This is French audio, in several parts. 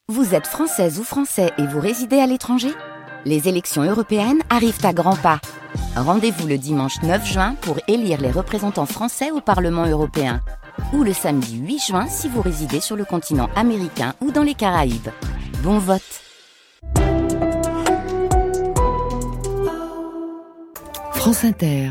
Vous êtes française ou français et vous résidez à l'étranger ? Les élections européennes arrivent à grands pas. Rendez-vous le dimanche 9 juin pour élire les représentants français au Parlement européen. Ou le samedi 8 juin si vous résidez sur le continent américain ou dans les Caraïbes. Bon vote! France Inter.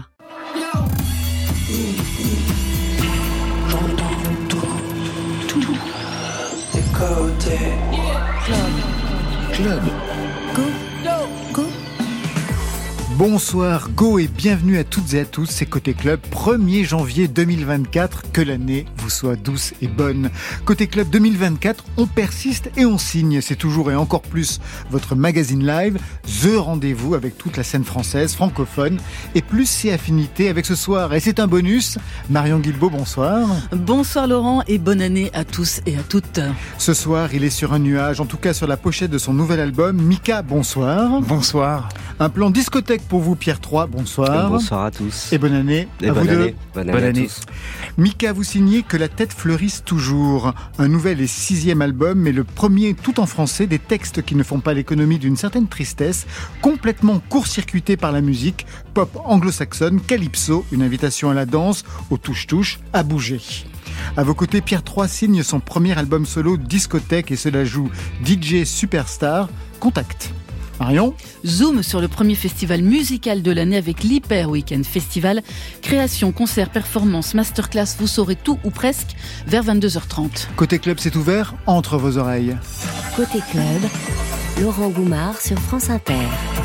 Club. Go. Bonsoir, go et bienvenue à toutes et à tous, c'est Côté Club, 1er janvier 2024, que l'année vous soit douce et bonne. Côté Club 2024, on persiste et on signe, c'est toujours et encore plus votre magazine live, The Rendez-vous avec toute la scène française, francophone, et plus ses affinités avec ce soir. Et c'est un bonus, Marion Guilbault, bonsoir. Bonsoir Laurent et bonne année à tous et à toutes. Ce soir, il est sur un nuage, en tout cas sur la pochette de son nouvel album. Mika, bonsoir. Bonsoir. Un plan discothèque pour vous, Pierre III, bonsoir. Bonsoir à tous. Et bonne année et à bonne vous année. deux. Bonne année à tous. Mika, vous signez Que la tête fleurisse toujours. Un nouvel et 6e album, mais le premier tout en français, des textes qui ne font pas l'économie d'une certaine tristesse, complètement court-circuités par la musique, pop anglo-saxonne, calypso, une invitation à la danse, au touche-touche, à bouger. À vos côtés, Pierre III signe son premier album solo discothèque et cela joue DJ Superstar, Contact. Marion ? Zoom sur le premier festival musical de l'année avec l'Hyper Weekend Festival. Création, concert, performance, masterclass, vous saurez tout ou presque vers 22h30. Côté Club, c'est ouvert entre vos oreilles. Côté Club, Laurent Goumard sur France Inter.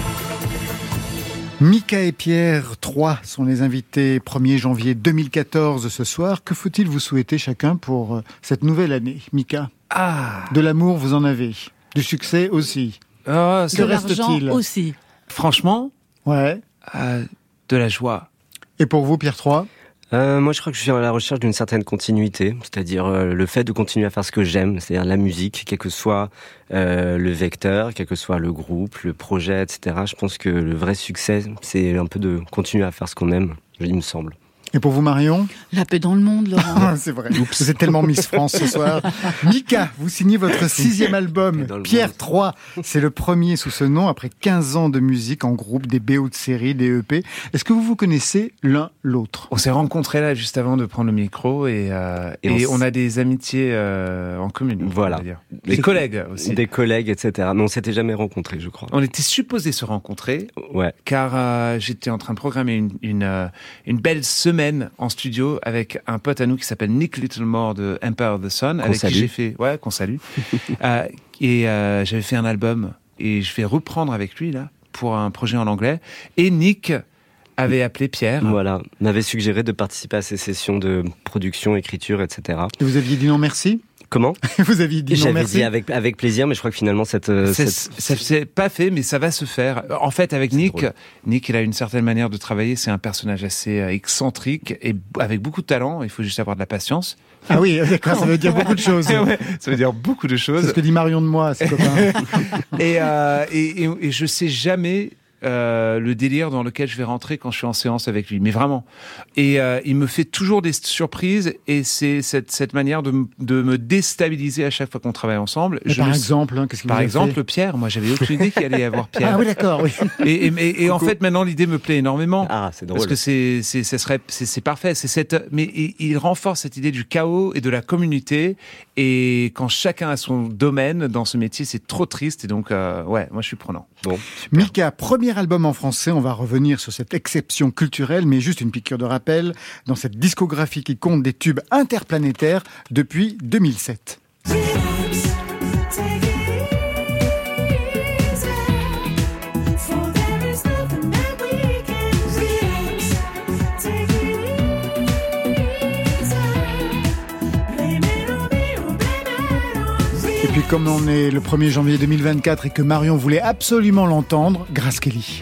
Mika et Pierre III sont les invités 1er janvier 2014 ce soir. Que faut-il vous souhaiter chacun pour cette nouvelle année, Mika ? De l'amour, vous en avez. Du succès aussi. Que reste-t-il aussi. Franchement, ouais. De la joie. Et pour vous, Pierre III ? Moi, je crois que je suis à la recherche d'une certaine continuité, c'est-à-dire le fait de continuer à faire ce que j'aime, c'est-à-dire la musique, quel que soit le vecteur, quel que soit le groupe, le projet, etc. Je pense que le vrai succès, c'est un peu de continuer à faire ce qu'on aime, il me semble. Et pour vous, Marion ? La paix dans le monde, Laurent. C'est vrai. Vous êtes tellement Miss France ce soir. Mika, vous signez votre 6e album, Pierre III. C'est le premier sous ce nom, après 15 ans de musique en groupe, des BO de série, des EP. Est-ce que vous vous connaissez l'un l'autre ? On s'est rencontrés là juste avant de prendre le micro et on a des amitiés en commun. Voilà. Des collègues aussi. Des collègues, etc. Mais on s'était jamais rencontrés, je crois. On était supposés se rencontrer. Ouais. Car j'étais en train de programmer une belle semaine en studio avec un pote à nous qui s'appelle Nick Littlemore de Empire of the Sun, avec qui j'ai fait, qu'on salue. J'avais fait un album et je vais reprendre avec lui là pour un projet en anglais. Et Nick avait appelé Pierre. Voilà, m'avait suggéré de participer à ces sessions de production, écriture, etc. Et vous aviez dit non merci ? Comment ? Vous aviez dit non merci ? J'avais dit avec plaisir, mais je crois que finalement ça s'est pas fait, mais ça va se faire. En fait, avec Nick, il a une certaine manière de travailler. C'est un personnage assez excentrique et avec beaucoup de talent. Il faut juste avoir de la patience. Ah oui, d'accord, ça veut dire beaucoup de choses. Ouais, ça veut dire beaucoup de choses. C'est ce que dit Marion de moi, ses copains. Et je sais jamais le délire dans lequel je vais rentrer quand je suis en séance avec lui, mais vraiment. Et il me fait toujours des surprises et c'est cette manière de me déstabiliser à chaque fois qu'on travaille ensemble. Par exemple, qu'est-ce qu'il vous a fait ? Par exemple, Pierre, moi j'avais aucune idée qu'il allait y avoir Pierre. Ah oui, d'accord, oui. Et en fait, maintenant l'idée me plaît énormément. Ah, c'est drôle. Parce que c'est parfait. Mais il renforce cette idée du chaos et de la communauté. Et quand chacun a son domaine dans ce métier, c'est trop triste. Et donc, moi je suis prenant. Bon, Mika, premier album en français, on va revenir sur cette exception culturelle, mais juste une piqûre de rappel dans cette discographie qui compte des tubes interplanétaires depuis 2007. Et puis comme on est le 1er janvier 2024 et que Marion voulait absolument l'entendre, Grace Kelly.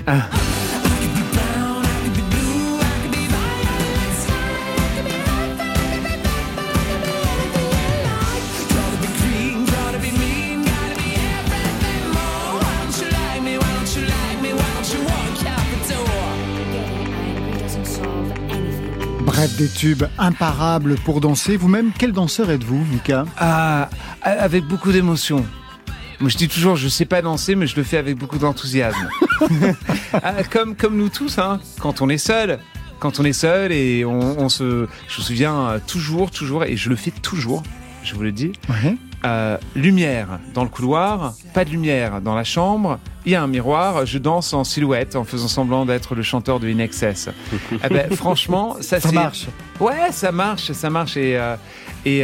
Bref, des tubes imparables pour danser. Vous-même, quel danseur êtes-vous, Mika ? Avec beaucoup d'émotion. Moi, je dis toujours, je sais pas danser, mais je le fais avec beaucoup d'enthousiasme. Comme nous tous, hein, quand on est seul. Quand on est seul et je me souviens toujours, et je le fais toujours, je vous le dis. Ouais. Lumière dans le couloir, pas de lumière dans la chambre, il y a un miroir, je danse en silhouette en faisant semblant d'être le chanteur de INXS. Franchement, ça marche. Ouais, ça marche et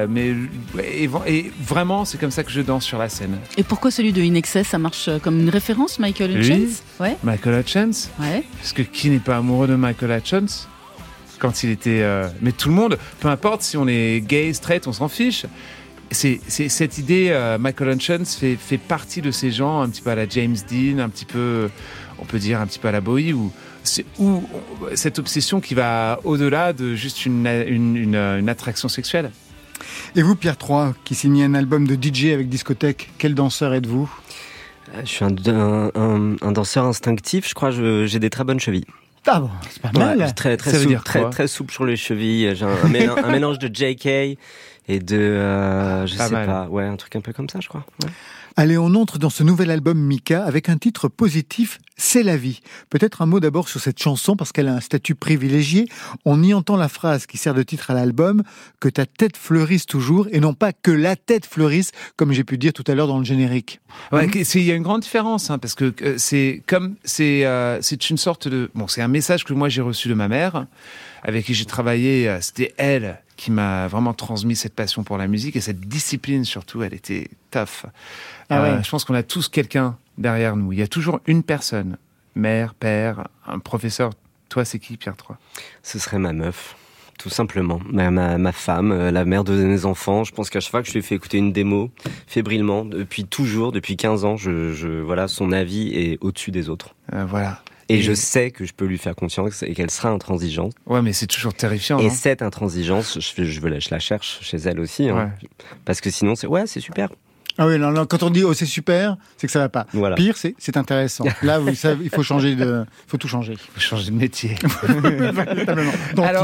vraiment c'est comme ça que je danse sur la scène. Et pourquoi celui de INXS, ça marche comme une référence, Michael Hutchence? Ouais. Michael Hutchence. Ouais. Parce que qui n'est pas amoureux de Michael Hutchence quand il était mais tout le monde, peu importe si on est gay, straight, on s'en fiche. C'est cette idée, Michael Hutchence fait partie de ces gens un petit peu à la James Dean, un petit peu, on peut dire un petit peu à la Bowie, ou cette obsession qui va au-delà de juste une attraction sexuelle. Et vous, Pierre III, qui signez un album de DJ avec discothèque, quel danseur êtes-vous ? Je suis un danseur instinctif, je crois, j'ai des très bonnes chevilles. Ah bon, c'est pas mal. Ouais, très souple sur les chevilles, j'ai un mélange de JK et de, je sais pas, ouais, un truc un peu comme ça, je crois. Ouais. Allez, on entre dans ce nouvel album Mika avec un titre positif, C'est la vie. Peut-être un mot d'abord sur cette chanson parce qu'elle a un statut privilégié. On y entend la phrase qui sert de titre à l'album, que ta tête fleurisse toujours et non pas que la tête fleurisse, comme j'ai pu dire tout à l'heure dans le générique. Ouais, il y a une grande différence, hein, parce que c'est une sorte de, c'est un message que moi j'ai reçu de ma mère, avec qui j'ai travaillé. C'était elle qui m'a vraiment transmis cette passion pour la musique et cette discipline surtout. Elle était tough. Ouais. Je pense qu'on a tous quelqu'un derrière nous. Il y a toujours une personne, mère, père, un professeur. Toi, c'est qui, Pierre III ? Ce serait ma meuf, tout simplement. Ma femme, la mère de mes enfants. Je pense qu'à chaque fois que je lui fais écouter une démo, fébrilement, depuis 15 ans, voilà, son avis est au-dessus des autres. Voilà. Et je sais que je peux lui faire confiance et qu'elle sera intransigeante. Ouais, mais c'est toujours terrifiant. Et non cette intransigeance, je la cherche chez elle aussi. Hein. Ouais. Parce que sinon, c'est super. Ah oui, non, quand on dit c'est super, c'est que ça va pas. Voilà. Pire, c'est intéressant. Là, il faut changer faut tout changer. Il faut changer de métier. Alors,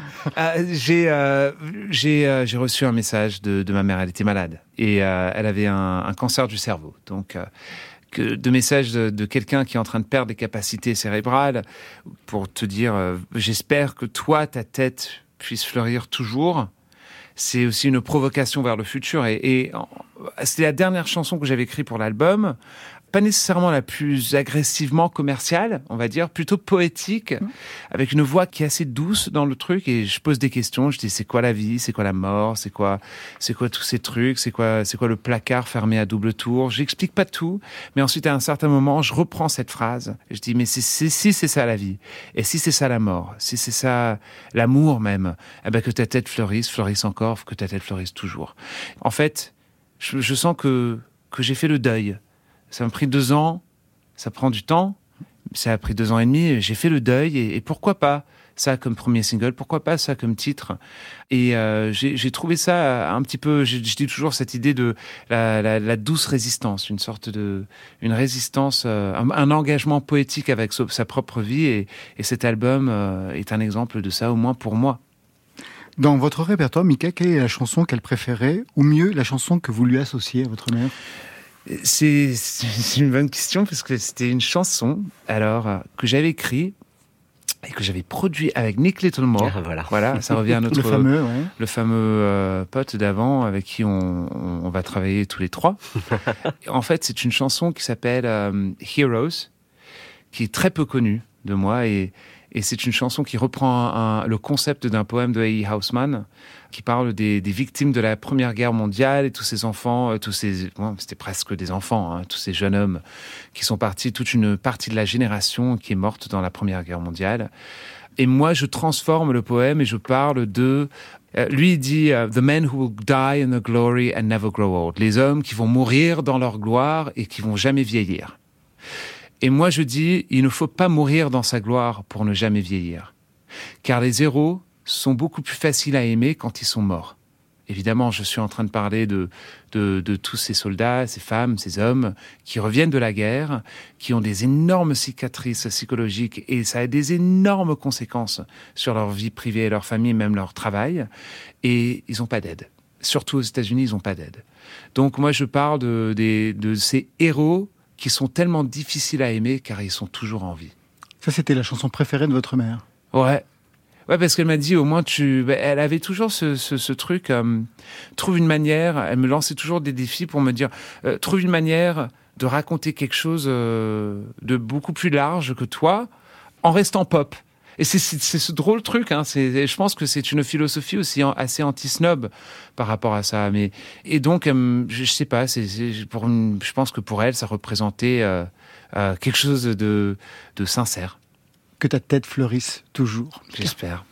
j'ai reçu un message de ma mère. Elle était malade et elle avait un cancer du cerveau. Donc de messages de quelqu'un qui est en train de perdre des capacités cérébrales pour te dire j'espère que toi, ta tête puisse fleurir toujours. C'est aussi une provocation vers le futur. Et c'était la dernière chanson que j'avais écrite pour l'album. Pas nécessairement la plus agressivement commerciale, on va dire, plutôt poétique, avec une voix qui est assez douce dans le truc. Et je pose des questions, je dis c'est quoi la vie, c'est quoi la mort, c'est quoi tous ces trucs, c'est quoi le placard fermé à double tour. J'explique pas tout, mais ensuite à un certain moment, je reprends cette phrase. Et je dis mais si c'est ça la vie, et si c'est ça la mort, si c'est ça l'amour même, que ta tête fleurisse encore, que ta tête fleurisse toujours. En fait, je sens que j'ai fait le deuil. Ça m'a pris 2 ans, ça prend du temps, ça a pris 2 ans et demi, j'ai fait le deuil et pourquoi pas ça comme premier single, pourquoi pas ça comme titre. Et j'ai trouvé ça un petit peu, je dis toujours cette idée de la douce résistance, une résistance, un engagement poétique avec sa propre vie et cet album est un exemple de ça, au moins pour moi. Dans votre répertoire, Mika, quelle est la chanson qu'elle préférait, ou mieux, la chanson que vous lui associez à votre mère ? C'est une bonne question parce que c'était une chanson que j'avais écrite et que j'avais produit avec Nick Littlemore. Voilà, ça revient à notre le fameux pote d'avant avec qui on va travailler tous les 3. En fait, c'est une chanson qui s'appelle Heroes, qui est très peu connue de moi et c'est une chanson qui reprend le concept d'un poème de A.E. Housman qui parle des victimes de la Première Guerre mondiale et tous ces enfants, c'était presque des enfants, hein, tous ces jeunes hommes qui sont partis, toute une partie de la génération qui est morte dans la Première Guerre mondiale. Et moi, je transforme le poème et je parle de... lui, il dit « The men who will die in their glory and never grow old ». Les hommes qui vont mourir dans leur gloire et qui vont jamais vieillir. Et moi, je dis, il ne faut pas mourir dans sa gloire pour ne jamais vieillir. Car les héros sont beaucoup plus faciles à aimer quand ils sont morts. Évidemment, je suis en train de parler de tous ces soldats, ces femmes, ces hommes qui reviennent de la guerre, qui ont des énormes cicatrices psychologiques et ça a des énormes conséquences sur leur vie privée et leur famille, même leur travail. Et ils n'ont pas d'aide. surtout aux États-Unis, ils n'ont pas d'aide. Donc moi, je parle de ces héros qui sont tellement difficiles à aimer car ils sont toujours en vie. Ça, c'était la chanson préférée de votre mère. Ouais, parce qu'elle m'a dit, au moins, elle avait toujours ce truc, trouve une manière, elle me lançait toujours des défis pour me dire, trouve une manière de raconter quelque chose de beaucoup plus large que toi, en restant pop. Et c'est ce drôle truc, hein. Je pense que c'est une philosophie aussi assez anti-snob par rapport à ça. Et donc, je sais pas, je pense que pour elle, ça représentait quelque chose de sincère. Que ta tête fleurisse toujours. J'espère.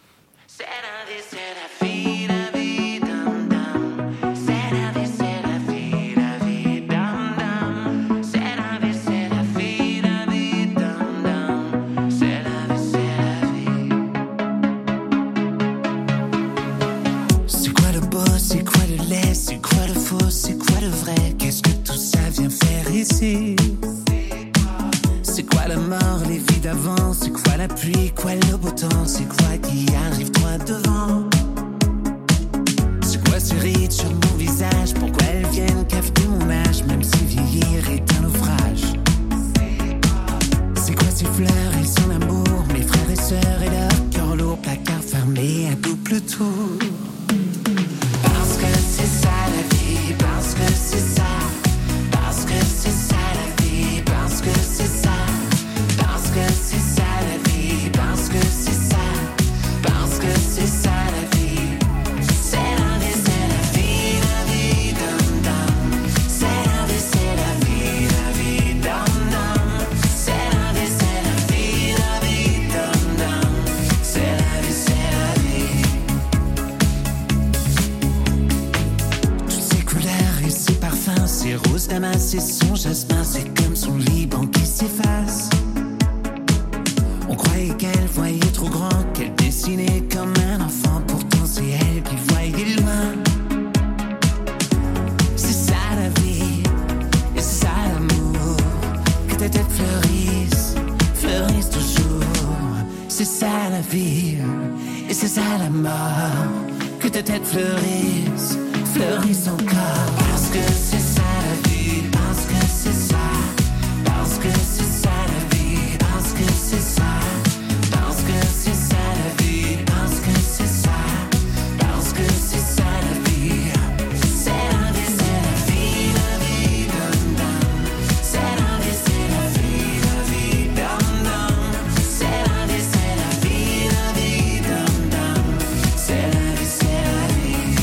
C'est quoi le beau, c'est quoi le laid, c'est quoi le faux, c'est quoi le vrai? Qu'est-ce que tout ça vient faire ici? C'est quoi la mort, les vies d'avant? C'est quoi la pluie, quoi le beau temps? C'est quoi qui arrive droit devant? C'est quoi ces rides sur mon visage? Pourquoi elles viennent cafeter mon âge? Même si vieillir est un naufrage. C'est quoi ces fleurs et son amour? Mes frères et sœurs et leur cœur lourd, placard fermé à double tour. Parce que c'est ça la vie, parce que c'est ça. Parce que c'est ça la vie, parce que c'est ça. Parce que c'est ça la vie, parce que c'est ça. Parce que c'est ça la vie. C'est la vie, la vie, dum dum. C'est la vie, dum dum. C'est la vie, dum dum. C'est la vie. Toutes ces couleurs et ces parfums, ces roses damas et son jasmin, c'est comme son Liban qui s'efface. On croyait qu'elle voyait trop grand, qu'elle dessinait comme un enfant. Pourtant c'est elle qui voyait loin. C'est ça la vie, et c'est ça l'amour. Que ta tête fleurisse, fleurisse toujours. C'est ça la vie, et c'est ça la mort. Que ta tête fleurisse, fleurisse encore. Parce que c'est ça la vie, parce que c'est ça. Parce que c'est ça la vie, parce que c'est ça. Parce que c'est ça la vie, parce que c'est ça. Parce que c'est ça la vie. C'est la vie, dum dum. C'est la vie, dum dum. C'est la vie, dum dum. C'est la vie.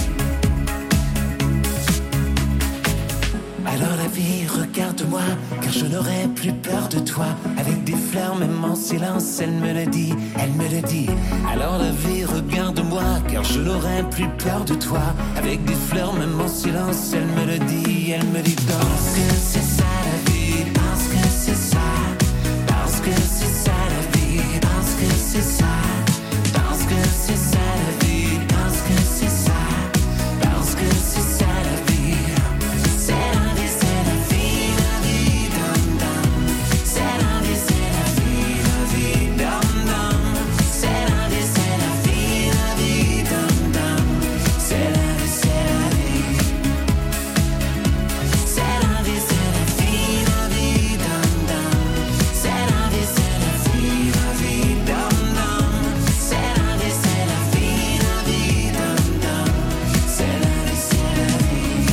Alors la vie, regarde-moi, car je n'aurai plus peur de toi. Avec des fleurs, même en silence, elle me le dit, elle me le dit. Alors la vie, regarde-moi, car je n'aurai plus peur de toi. Avec des fleurs, même en silence, elle me le dit, elle me dit. Parce que c'est ça la vie, parce que c'est ça. Parce que c'est ça la vie, parce que c'est ça. Parce que c'est ça la vie, parce que c'est ça. Parce que c'est ça la vie. C'est la vie, dum dum. C'est la vie, dum dum. C'est la vie, dum dum. C'est la vie. C'est la vie, dum dum. C'est la vie, dum dum. C'est la vie, dum dum. C'est la vie.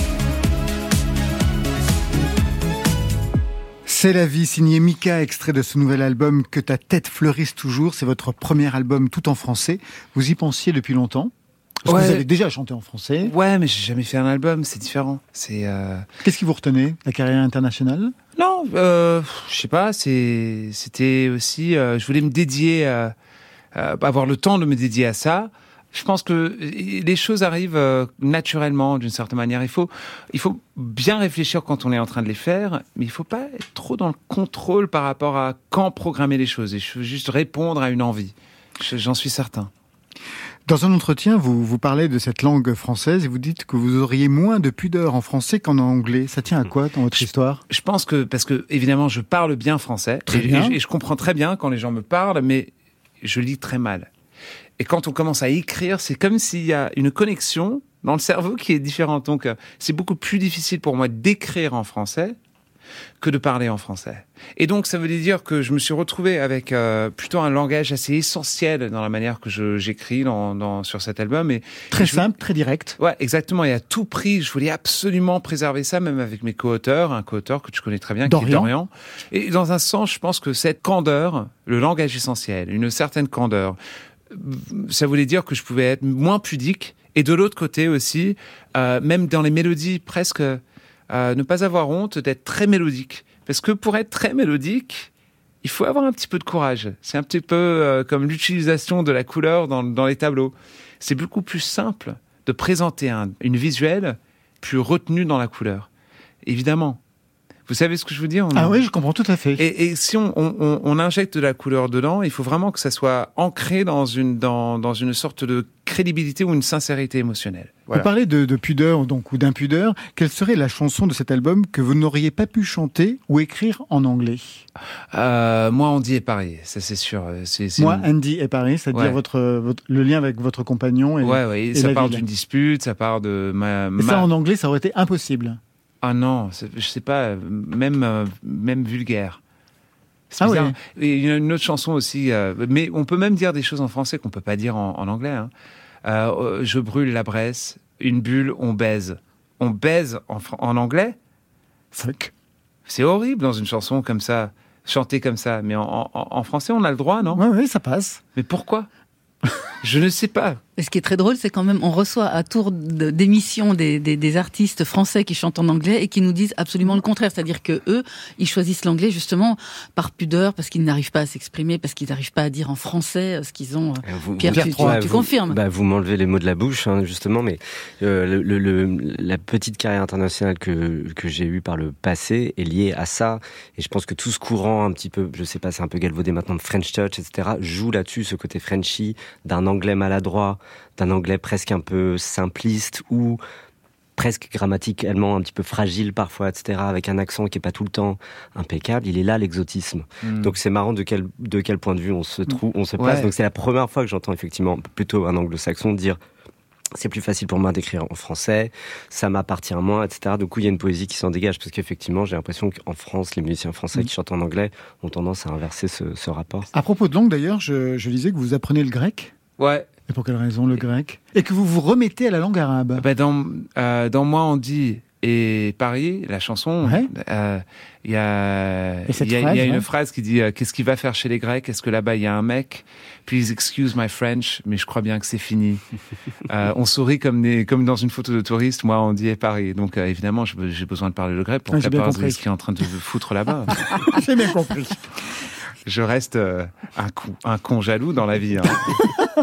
C'est la vie, signé Mika, extrait de ce nouvel album Que ta tête fleurisse toujours. C'est votre premier album tout en français. Vous y pensiez depuis longtemps? Parce que vous avez déjà chanté en français. Ouais, mais j'ai jamais fait un album, c'est différent. Qu'est-ce qui vous retenait? La carrière internationale? Non, je sais pas, c'était aussi, je voulais me dédier, avoir le temps de me dédier à ça. Je pense que les choses arrivent naturellement, d'une certaine manière. Il faut bien réfléchir quand on est en train de les faire, mais il faut pas être trop dans le contrôle par rapport à quand programmer les choses. Et je veux juste répondre à une envie. J'en suis certain. Dans un entretien, vous parlez de cette langue française et vous dites que vous auriez moins de pudeur en français qu'en anglais. Ça tient à quoi dans votre histoire? Je pense que, parce que évidemment, je parle bien français. Et je comprends très bien quand les gens me parlent, mais je lis très mal. Et quand on commence à écrire, c'est comme s'il y a une connexion dans le cerveau qui est différente. Donc, c'est beaucoup plus difficile pour moi d'écrire en français que de parler en français. Et donc, ça veut dire que je me suis retrouvé avec plutôt un langage assez essentiel dans la manière que j'écris sur cet album. Très simple, très direct. Ouais, exactement. Et à tout prix, je voulais absolument préserver ça, même avec mes co-auteurs, un co-auteur que tu connais très bien, qui est Dorian. Et dans un sens, je pense que cette candeur, le langage essentiel, une certaine candeur, ça voulait dire que je pouvais être moins pudique. Et de l'autre côté aussi, même dans les mélodies, presque... ne pas avoir honte d'être très mélodique. Parce que pour être très mélodique, il faut avoir un petit peu de courage. C'est un petit peu comme l'utilisation de la couleur dans les tableaux. C'est beaucoup plus simple de présenter une visuelle plus retenue dans la couleur. Évidemment. Vous savez ce que je veux dire? Ah oui, je comprends tout à fait. Et si on injecte de la couleur dedans, il faut vraiment que ça soit ancré dans une sorte de crédibilité ou une sincérité émotionnelle. Voilà. Vous parlez de pudeur ou d'impudeur. Quelle serait la chanson de cet album que vous n'auriez pas pu chanter ou écrire en anglais? Moi, Andy et Paris, ça c'est sûr. Moi, Andy et Paris, c'est-à-dire le lien avec votre compagnon. Et ça part d'une dispute, ça part de ça en anglais, ça aurait été impossible. Ah non, je sais pas, même vulgaire. C'est bizarre. Ouais. Et il y a une autre chanson aussi, mais on peut même dire des choses en français qu'on peut pas dire en anglais. Hein. Je brûle la Bresse, une bulle, on baise. On baise en anglais? Fuck. C'est horrible dans une chanson comme ça, chanter comme ça. Mais en français, on a le droit, non? Oui, ça passe. Mais pourquoi? Je ne sais pas. Et ce qui est très drôle, c'est quand même, on reçoit à tour d'émission des artistes français qui chantent en anglais et qui nous disent absolument le contraire. C'est-à-dire que eux, ils choisissent l'anglais justement par pudeur, parce qu'ils n'arrivent pas à s'exprimer, parce qu'ils n'arrivent pas à dire en français ce qu'ils ont. Pierre, tu confirmes? Vous m'enlevez les mots de la bouche, hein, justement, mais la petite carrière internationale que j'ai eue par le passé est liée à ça. Et je pense que tout ce courant un petit peu, je sais pas, c'est un peu galvaudé maintenant, de French Touch, etc., joue là-dessus, ce côté Frenchy, d'un anglais maladroit, d'un anglais presque un peu simpliste ou presque grammaticalement un petit peu fragile parfois, etc., avec un accent qui est pas tout le temps impeccable. Il est là, l'exotisme. Donc c'est marrant de quel point de vue on se place. Donc c'est la première fois que j'entends effectivement plutôt un anglo-saxon dire c'est plus facile pour moi d'écrire en français, ça m'appartient moins, etc. Du coup, il y a une poésie qui s'en dégage, parce qu'effectivement, j'ai l'impression qu'en France, les musiciens français qui chantent en anglais ont tendance à inverser ce rapport. À propos de langue, d'ailleurs, je lisais que vous apprenez le grec. Ouais. Et pour quelle raison le grec? Et que vous vous remettez à la langue arabe. Dans Moi, Andy et Paris, la chanson, il y a une phrase qui dit qu'est-ce qu'il va faire chez les Grecs? Est-ce que là-bas il y a un mec? Please excuse my French, mais je crois bien que c'est fini. On sourit comme dans une photo de touriste. Moi, Andy et Paris. Donc évidemment, j'ai besoin de parler le grec pour préparer ce qui est en train de foutre là-bas. J'ai bien compris. Je reste un con jaloux dans la vie. Hein.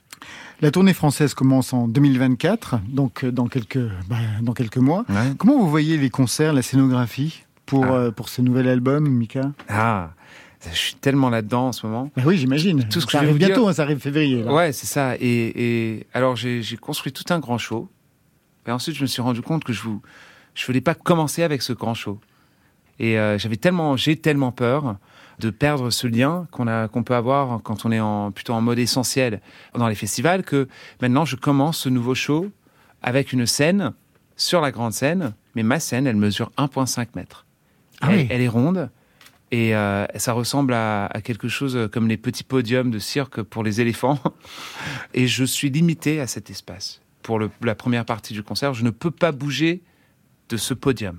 La tournée française commence en 2024, donc dans quelques mois. Ouais. Comment vous voyez les concerts, la scénographie pour ce nouvel album, Mika? Je suis tellement là-dedans en ce moment. Oui, j'imagine. Tout ce que ça arrive bientôt, ça arrive février. Là. Ouais, c'est ça. Et alors, j'ai construit tout un grand show. Et ensuite, je me suis rendu compte que je voulais pas commencer avec ce grand show. Et j'ai tellement peur de perdre ce lien qu'on peut avoir quand on est plutôt en mode essentiel dans les festivals, que maintenant je commence ce nouveau show avec une scène sur la grande scène, mais ma scène, elle mesure 1,5 mètres. Elle est ronde et ça ressemble à quelque chose comme les petits podiums de cirque pour les éléphants. Et je suis limité à cet espace. Pour la première partie du concert, je ne peux pas bouger de ce podium.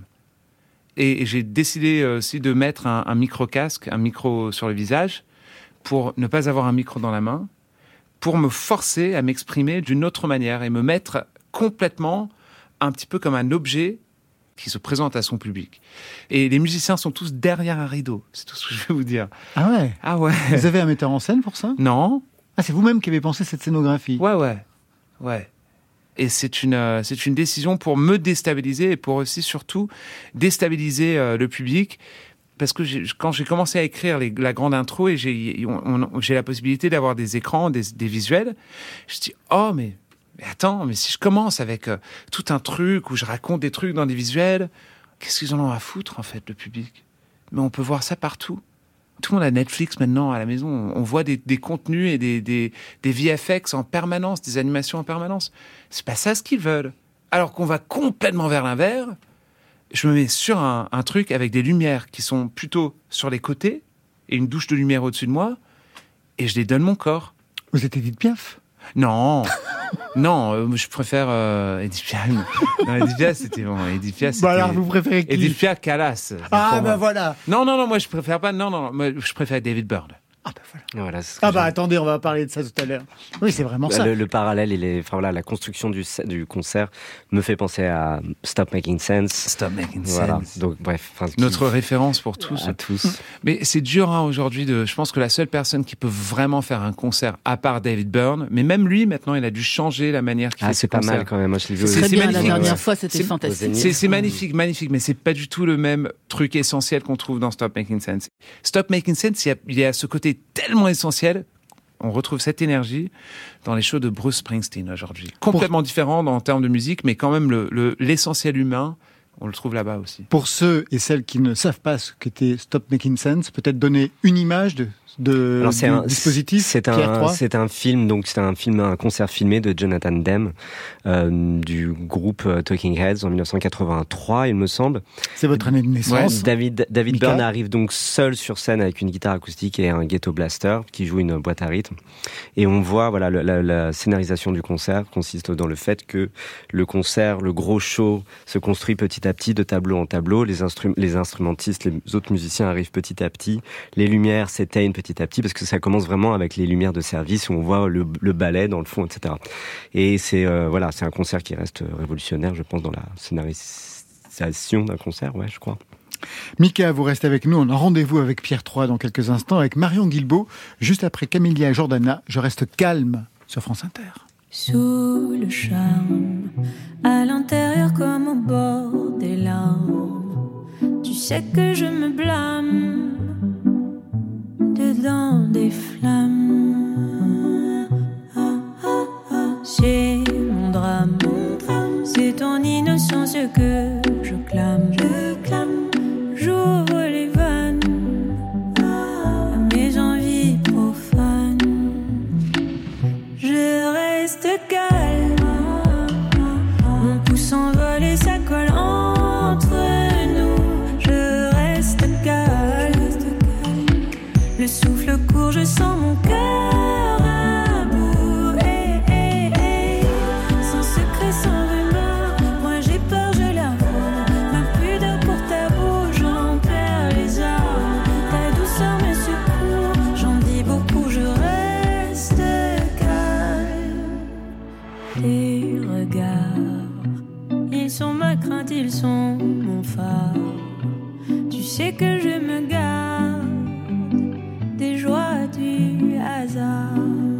Et j'ai décidé aussi de mettre un micro-casque, un micro sur le visage, pour ne pas avoir un micro dans la main, pour me forcer à m'exprimer d'une autre manière et me mettre complètement un petit peu comme un objet qui se présente à son public. Et les musiciens sont tous derrière un rideau, c'est tout ce que je vais vous dire. Ah ouais? Ah ouais. Vous avez un metteur en scène pour ça? Non. Ah, c'est vous-même qui avez pensé cette scénographie? Ouais. Et c'est une décision pour me déstabiliser et pour aussi surtout déstabiliser le public. Parce que quand j'ai commencé à écrire la grande intro et j'ai la possibilité d'avoir des écrans, des visuels, je dis mais attends, mais si je commence avec tout un truc où je raconte des trucs dans des visuels, qu'est-ce qu'ils en ont à foutre en fait, le public? Mais on peut voir ça partout. tout le monde a Netflix maintenant à la maison. On voit des contenus et des VFX en permanence, des animations en permanence. C'est pas ça ce qu'ils veulent. Alors qu'on va complètement vers l'inverse. Je me mets sur un truc avec des lumières qui sont plutôt sur les côtés et une douche de lumière au-dessus de moi et je les donne mon corps. Vous êtes Edith Piaf ? Non, non, je préfère Edith Piaf. Non, Edith Piaf, c'était bon. Edith Piaf, c'était... alors, vous préférez qui ? Edith Piaf, Calas. Voilà. Non, moi, je préfère pas. Non, moi, je préfère David Byrne. Voilà. Attendez, on va parler de ça tout à l'heure. Oui, c'est vraiment ça. Le parallèle, la construction du concert me fait penser à Stop Making Sense. Stop Making voilà. Sense. Donc, bref. Notre référence pour tous. À tous. Mais c'est dur aujourd'hui. Je pense que la seule personne qui peut vraiment faire un concert, à part David Byrne, mais même lui, maintenant, il a dû changer la manière qu'il fait c'est pas mal quand même. Moi, je l'ai vu. C'est bien, magnifique. la dernière fois, c'était fantastique. C'est magnifique, mais c'est pas du tout le même truc essentiel qu'on trouve dans Stop Making Sense. Stop Making Sense, il y a ce côté tellement essentiel. On retrouve cette énergie dans les shows de Bruce Springsteen aujourd'hui. Complètement différent en termes de musique, mais quand même l'essentiel humain, on le trouve là-bas aussi. Pour ceux et celles qui ne savent pas ce qu'était Stop Making Sense, peut-être donner une image du dispositif. C'est un film, un concert filmé de Jonathan Demme du groupe Talking Heads en 1983, il me semble. C'est votre année de naissance. Ouais, David Byrne arrive donc seul sur scène avec une guitare acoustique et un ghetto blaster qui joue une boîte à rythme. Et on voit, la scénarisation du concert consiste dans le fait que le concert, le gros show, se construit petit à petit de tableau en tableau. Les instrumentistes, les autres musiciens arrivent petit à petit. Les lumières s'éteignent petit à petit parce que ça commence vraiment avec les lumières de service où on voit le ballet dans le fond, etc. Et c'est un concert qui reste révolutionnaire, je pense, dans la scénarisation d'un concert, je crois. Mika, vous restez avec nous. On a rendez-vous avec Pierre III dans quelques instants, avec Marion Guilbault, juste après Camélia Jordana. Je reste calme sur France Inter. Sous le charme, à l'intérieur comme au bord des larmes, tu sais que je me blâme, dedans des flammes. C'est mon drame, c'est ton innocence que je clame. J'ouvre les vannes à mes envies profanes. Je reste calme, mon pouce s'envole et ça colle entre nous. Je reste calme, le souffle court, je sens mon cœur à bout. Sans secret, sans rumeur, moi j'ai peur, je l'avoue. Ma pudeur pour tabou, j'en perds les armes. Ta douceur me secoue, j'en dis beaucoup, je reste calme. Tes regards, ils sont ma crainte, ils sont mon phare. Tu sais que je me garde des joies du hasard.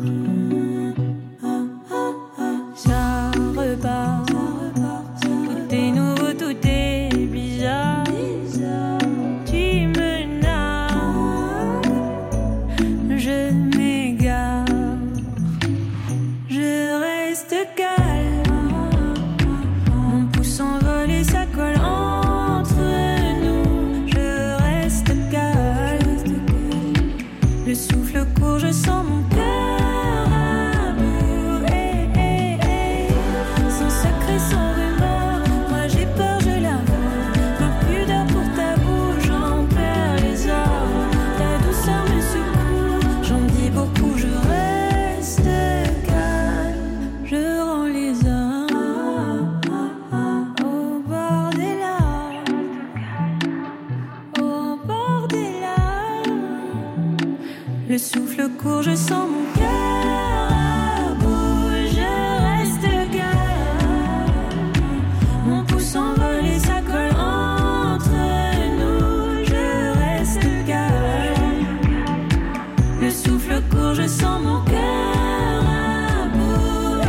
Ça repart, tout est nouveau, tout est bizarre. Tu me nargues, je m'égare. Je reste calme, mon pouce s'envole et ça colle entre nous. Je reste calme, le souffle court, je sens mon cœur à bout. Sans secret, sans rumeur, moi j'ai peur, je l'avoue. Ma pudeur pour tabou, j'en perds les armes. Ta douceur me secoue, j'en dis beaucoup, je reste calme. Je rends les armes au bord des larmes, au bord des larmes. Le souffle court, je sens mon cœur à bout. Je reste calme, mon pouce s'envole et ça colle entre nous. Je reste calme, le souffle court, je sens mon cœur à bout.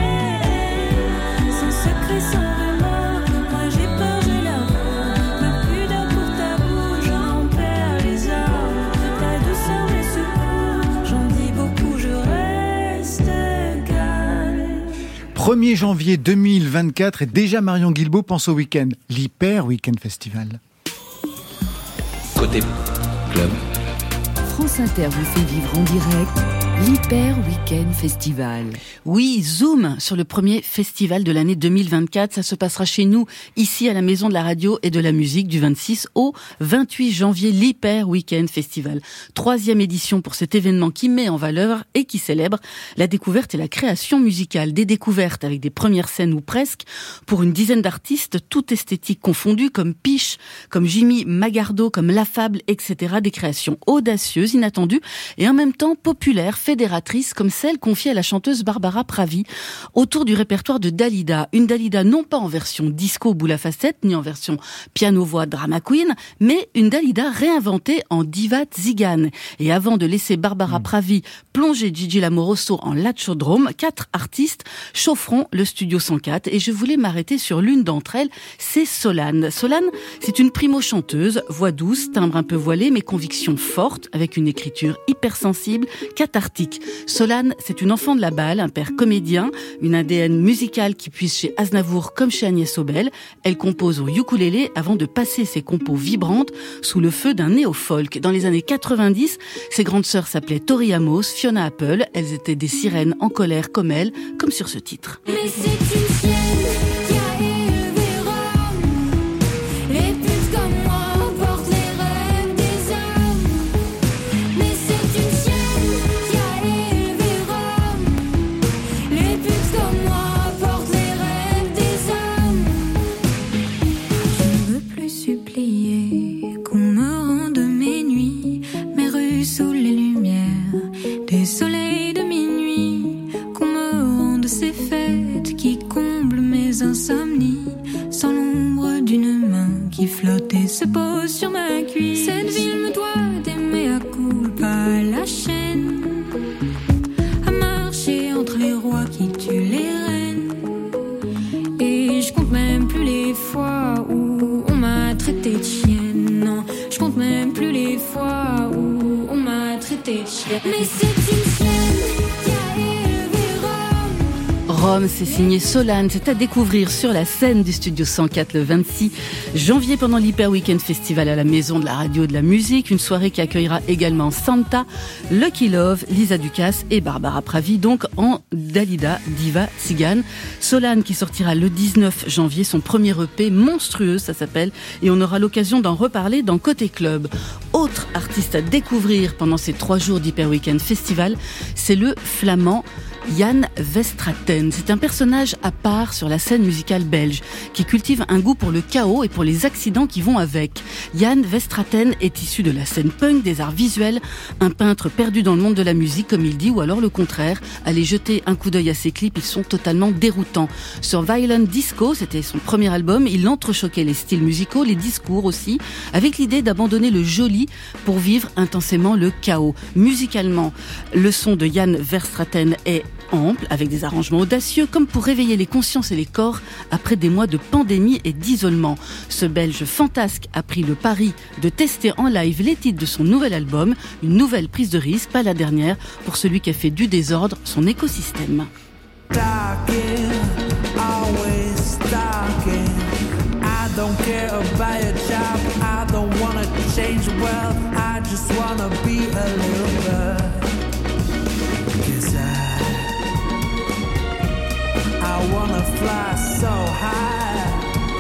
Sans secret, sans rumeur, moi j'ai peur, je l'avoue. Ma pudeur pour tabou, j'en perds les armes. Ta douceur me secoue, j'en dis beaucoup, je reste calme. 1er janvier 2024 et déjà Marion Guilbault pense au week-end. l'Hyper Weekend Festival. Côté club, France Inter vous fait vivre en direct l'Hyper Weekend Festival. Oui, zoom sur le premier festival de l'année 2024. Ça se passera chez nous, ici à la Maison de la Radio et de la Musique, du 26 au 28 janvier, l'Hyper Weekend Festival. 3e édition pour cet événement qui met en valeur et qui célèbre la découverte et la création musicale. Des découvertes avec des premières scènes ou presque pour une dizaine d'artistes, toutes esthétiques confondues, comme Piche, comme Jimmy Magardo, comme La Fable, etc. Des créations audacieuses, inattendues et en même temps populaires, fédératrice comme celle confiée à la chanteuse Barbara Pravi autour du répertoire de Dalida. Une Dalida non pas en version disco boule à facettes, ni en version piano-voix drama queen, mais une Dalida réinventée en diva tzigane. Et avant de laisser Barbara Pravi plonger Gigi Lamoroso en lachodrome, 4 artistes chaufferont le Studio 104 et je voulais m'arrêter sur l'une d'entre elles, c'est Solane. Solane, c'est une primo-chanteuse, voix douce, timbre un peu voilé, mais conviction forte, avec une écriture hypersensible, cathartique. Solane, c'est une enfant de la balle, un père comédien, une ADN musicale qui puise chez Aznavour comme chez Agnès Obel. Elle compose au ukulélé avant de passer ses compos vibrantes sous le feu d'un néo-folk. Dans les années 90, ses grandes sœurs s'appelaient Tori Amos, Fiona Apple. Elles étaient des sirènes en colère comme elle, comme sur ce titre. Mais c'est une chienne qui a élevé Rome. Les putes comme moi portent les rêves des hommes. Mais c'est une chienne qui a élevé Rome. Les putes comme moi portent les rêves des hommes. Je ne veux plus supplier qu'on me rende mes nuits, mes rues sous les lumières des soleils de minuit, qu'on me rende ces fêtes qui comblent mes insomnies, sans l'ombre d'une main qui flotte et se pose sur ma cuisse. Cette ville me doit d'aimer à culpa la chaîne, à marcher entre les rois qui tuent les reines. Et je compte même plus les fois où on m'a traité de chienne. Non, je compte même plus les fois où on m'a traité de chienne. Mais c'est une chienne qui a élevé Rome. Rome, c'est signé Solane. C'est à découvrir sur la scène du Studio 104 le 26 janvier pendant l'Hyper Weekend Festival à la Maison de la Radio et de la Musique. Une soirée qui accueillera également Santa, Lucky Love, Lisa Ducasse et Barbara Pravi, donc en Dalida, diva tzigane. Solane qui sortira le 19 janvier son premier EP, Monstrueux ça s'appelle, et on aura l'occasion d'en reparler dans Côté Club. Autre artiste à découvrir pendant ces 3 jours d'Hyper Weekend Festival, c'est le flamand Jan Verstraeten. C'est un personnage à part sur la scène musicale belge qui cultive un goût pour le chaos et pour les accidents qui vont avec. Jan Verstraeten est issu de la scène punk, des arts visuels, un peintre perdu dans le monde de la musique comme il dit, ou alors le contraire. Allez jeter un coup d'œil à ses clips, ils sont totalement déroutants. Sur Violent Disco, c'était son premier album, il entrechoquait les styles musicaux, les discours aussi, avec l'idée d'abandonner le joli pour vivre intensément le chaos. Musicalement, le son de Jan Verstraeten est ample, avec des arrangements audacieux, comme pour réveiller les consciences et les corps après des mois de pandémie et d'isolement. Ce Belge fantasque a pris le pari de tester en live les titres de son nouvel album, une nouvelle prise de risque, pas la dernière, pour celui qui a fait du désordre son écosystème. I wanna fly so high,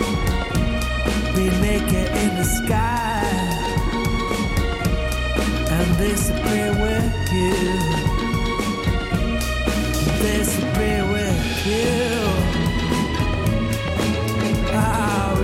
be naked in the sky, and disappear with you, disappear with you. Oh,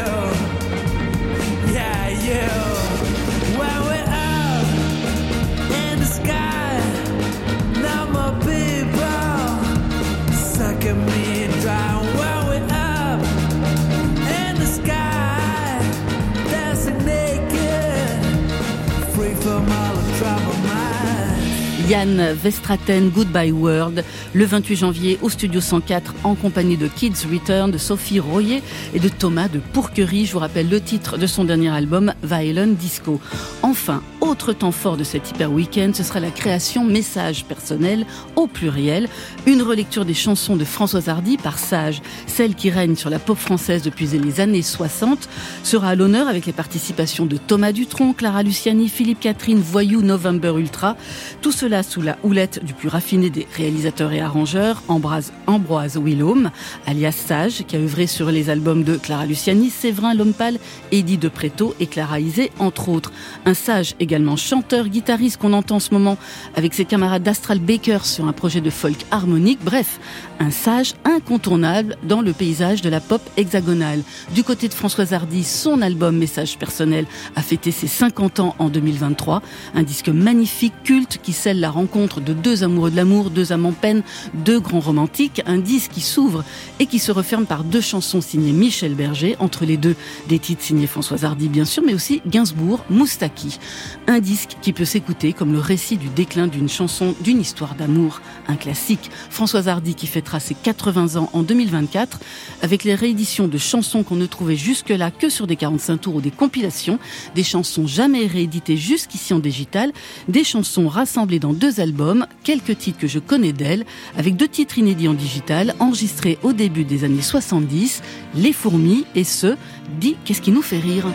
you, yeah, you. When we're up in the sky, no more people sucking me dry. When we're up in the sky, dancing naked, free from all the trouble mind. Jan Verstraeten, Goodbye World, le 28 janvier au Studio 104 en compagnie de Kids Return, de Sophie Royer et de Thomas de Pourquerie. Je vous rappelle le titre de son dernier album, Violent Disco. Enfin, Autre temps fort de cet Hyper Week-end, ce sera la création Message personnel au pluriel, une relecture des chansons de Françoise Hardy par Sage. Celle qui règne sur la pop française depuis les années 60 sera à l'honneur avec les participations de Thomas Dutronc, Clara Luciani, Philippe Catherine, Voyou, November Ultra. Tout cela sous la houlette du plus raffiné des réalisateurs et arrangeurs, Ambroise Willaume, alias Sage, qui a œuvré sur les albums de Clara Luciani, Séverin L'Homme Pâle, Eddie de Préto et Clara Isé, entre autres. Un Sage également chanteur, guitariste qu'on entend en ce moment avec ses camarades d'Astral Bakers sur un projet de folk harmonique. Bref, un Sage incontournable dans le paysage de la pop hexagonale. Du côté de Françoise Hardy, son album Message personnel a fêté ses 50 ans en 2023. Un disque magnifique, culte, qui scelle la rencontre de deux amoureux de l'amour, deux âmes en peine, deux grands romantiques. Un disque qui s'ouvre et qui se referme par deux chansons signées Michel Berger. Entre les deux, des titres signés Françoise Hardy bien sûr, mais aussi Gainsbourg, Moustaki. Un disque qui peut s'écouter comme le récit du déclin d'une chanson, d'une histoire d'amour. Un classique. Françoise Hardy qui fêtera ses 80 ans en 2024 avec les rééditions de chansons qu'on ne trouvait jusque-là que sur des 45 tours ou des compilations, des chansons jamais rééditées jusqu'ici en digital, des chansons rassemblées dans deux albums, quelques titres que je connais d'elle, avec deux titres inédits en digital, enregistrés au début des années 70, Les Fourmis et ce, Dis qu'est-ce qui nous fait rire.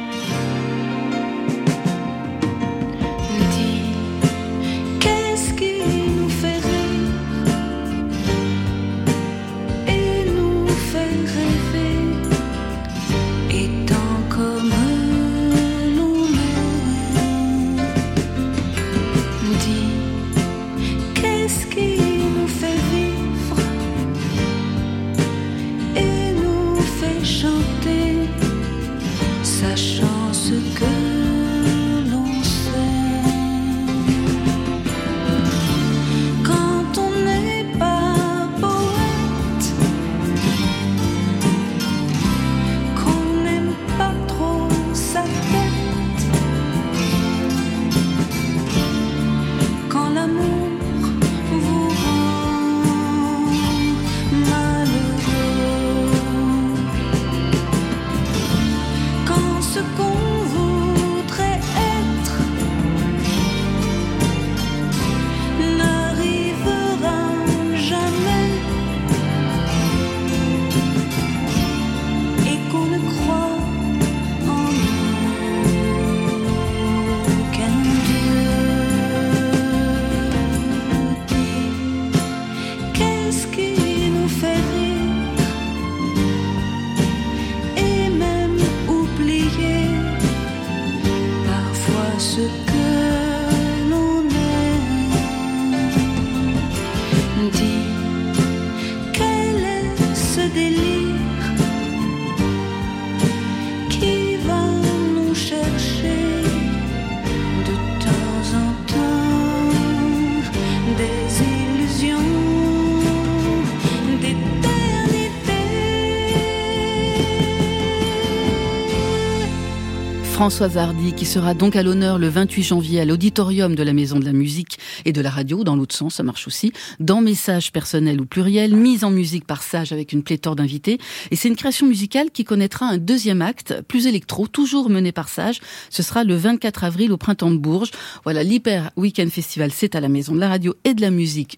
Françoise Hardy, qui sera donc à l'honneur le 28 janvier à l'auditorium de la Maison de la Musique et de la Radio, dans l'autre sens, ça marche aussi, dans Message personnel ou pluriel, mise en musique par Sage avec une pléthore d'invités. Et c'est une création musicale qui connaîtra un deuxième acte, plus électro, toujours mené par Sage. Ce sera le 24 avril au Printemps de Bourges. Voilà, l'Hyper Weekend Festival, c'est à la Maison de la Radio et de la Musique,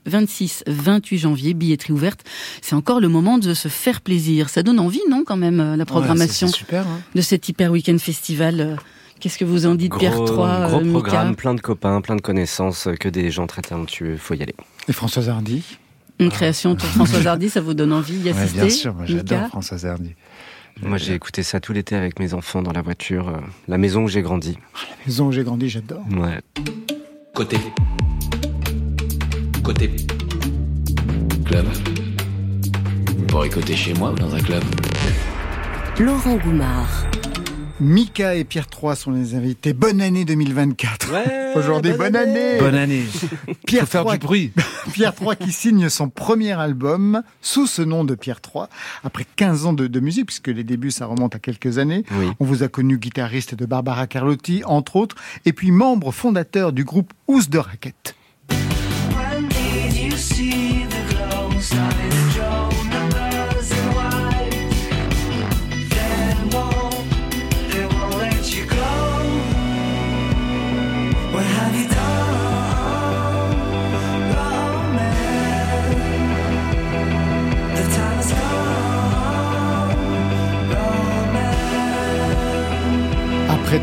26-28 janvier, billetterie ouverte. C'est encore le moment de se faire plaisir. Ça donne envie, non, quand même, la programmation super, hein, de cet Hyper Weekend Festival. Qu'est-ce que vous en dites, Pierre III, Gros Mika? programme, plein de copains, plein de connaissances, que des gens très talentueux, faut y aller. Et Françoise Hardy? Une création de Françoise Hardy, ça vous donne envie d'y assister? Bien sûr, moi j'adore Mika? Françoise Hardy. Moi j'ai écouté ça tout l'été avec mes enfants dans la voiture, la maison où j'ai grandi. La maison où j'ai grandi, j'adore. Ouais. Côté club. Vous pourrez côté chez moi ou dans un club. Laurent Goumard. Mika et Pierre III sont les invités. Bonne année 2024. Aujourd'hui, bonne année. Bonne année. Pierre Faut faire III, du bruit. Pierre III qui signe son premier album sous ce nom de Pierre III. Après 15 ans de musique, puisque les débuts, ça remonte à quelques années. Oui. On vous a connu guitariste de Barbara Carlotti, entre autres, et puis membre fondateur du groupe Housse de Raquette.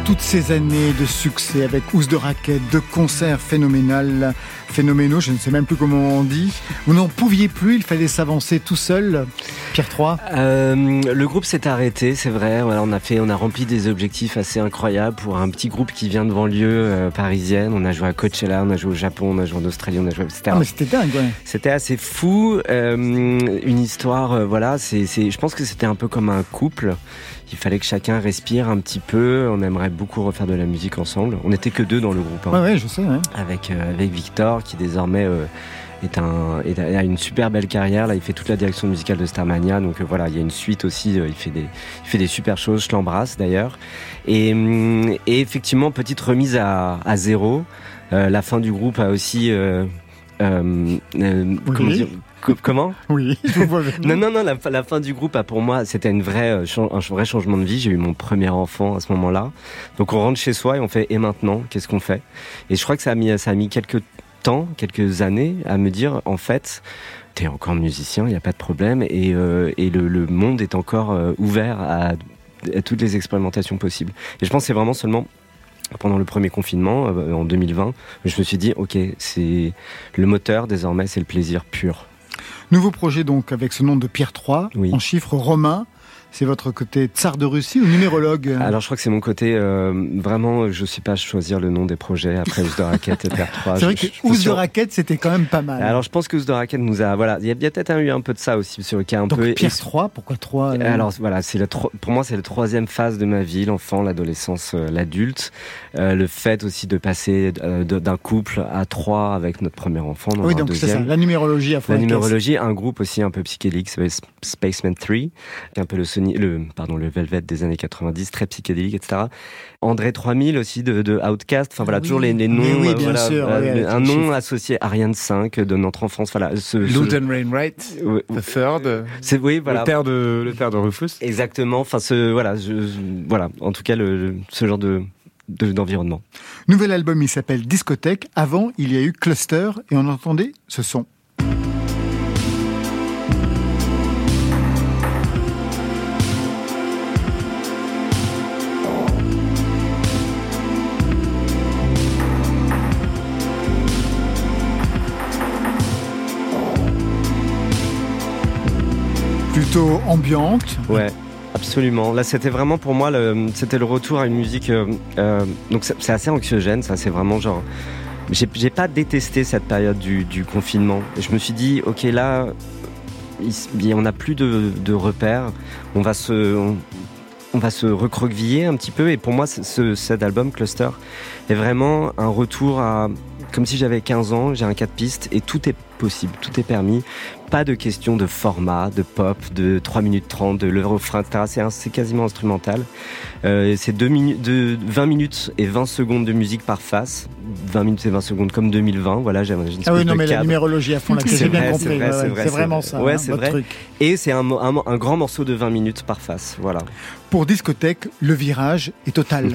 toutes ces années de succès avec Housse de raquettes, de concerts phénoménaux, je ne sais même plus comment on dit. Vous n'en pouviez plus, il fallait s'avancer tout seul. Pierre III. Le groupe s'est arrêté, c'est vrai. Voilà, on a rempli des objectifs assez incroyables pour un petit groupe qui vient de banlieue parisienne. On a joué à Coachella, on a joué au Japon, on a joué en Australie, on a joué, etc. Ah, mais c'était dingue, ouais. C'était assez fou. Une histoire, voilà. Je pense que c'était un peu comme un couple. Il fallait que chacun respire un petit peu. On aimerait beaucoup refaire de la musique ensemble. On n'était que deux dans le groupe. Ouais, je sais. Ouais. Avec Victor, qui désormais a une super belle carrière. Là, il fait toute la direction musicale de Starmania. Donc voilà, il y a une suite aussi. Il fait des super choses. Je l'embrasse d'ailleurs. Et effectivement, petite remise à zéro. La fin du groupe a aussi. Comment dire ? Comment ? Oui. Non. La fin du groupe, pour moi, c'était un vrai changement de vie. J'ai eu mon premier enfant à ce moment-là. Donc on rentre chez soi et on fait. Et maintenant, qu'est-ce qu'on fait ? Et je crois que ça a mis quelques années à me dire, en fait, t'es encore musicien, il n'y a pas de problème, et le monde est encore ouvert à toutes les expérimentations possibles. Et je pense que c'est vraiment seulement pendant le premier confinement, en 2020, je me suis dit, ok, c'est le moteur désormais, c'est le plaisir pur. Nouveau projet donc avec ce nom de Pierre III, oui. En chiffres romains. C'est votre côté tsar de Russie ou numérologue ? Alors je crois que c'est mon côté, vraiment, je ne sais pas choisir le nom des projets après Housse de raquettes et Pierre III. C'est vrai que Housse de raquettes, c'était quand même pas mal. Alors je pense que Housse de raquettes nous a, voilà, il y a peut-être eu un peu de ça aussi sur le cas un donc, peu. Donc Pierre III, pourquoi III Alors voilà, pour moi c'est la troisième phase de ma vie, l'enfant, l'adolescence, l'adulte, le fait aussi de passer d'un couple à 3 avec notre premier enfant. Oui, donc c'est ça, la numérologie à fond. La numérologie, un groupe aussi un peu psychédélique, c'est Spaceman 3, un peu le Velvet des années 90, très psychédélique, etc. André 3000 aussi de Outkast, enfin voilà, toujours les noms, oui, bien sûr, un nom associé à Ariane 5 de notre enfance, voilà. Loudon Wainwright, The Third, voilà. le père de Rufus. Exactement, enfin voilà, en tout cas ce genre d'environnement. Nouvel album, il s'appelle Discothèque. Avant, il y a eu Cluster et on entendait ce son. Plutôt ambiante. Ouais, absolument. Là, c'était vraiment pour moi, c'était le retour à une musique. Donc, c'est assez anxiogène, ça. C'est vraiment genre. J'ai pas détesté cette période du confinement. Et je me suis dit, ok, là, on n'a plus de repères. On va se recroqueviller un petit peu. Et pour moi, cet album, Cluster, est vraiment un retour à. Comme si j'avais 15 ans, j'ai un 4 pistes et tout est possible, tout est permis. Pas de question de format, de pop, de 3 minutes 30, de le refrain, etc. C'est quasiment instrumental. C'est 20 minutes et 20 secondes de musique par face. 20 minutes et 20 secondes comme 2020. Voilà, j'ai une espèce Ah oui, non, mais cadre. La numérologie à fond, là, que j'ai bien compris. C'est vraiment ça, ouais, c'est votre vrai. truc. Et c'est un grand morceau de 20 minutes par face. Voilà. Pour Discothèque, le virage est total.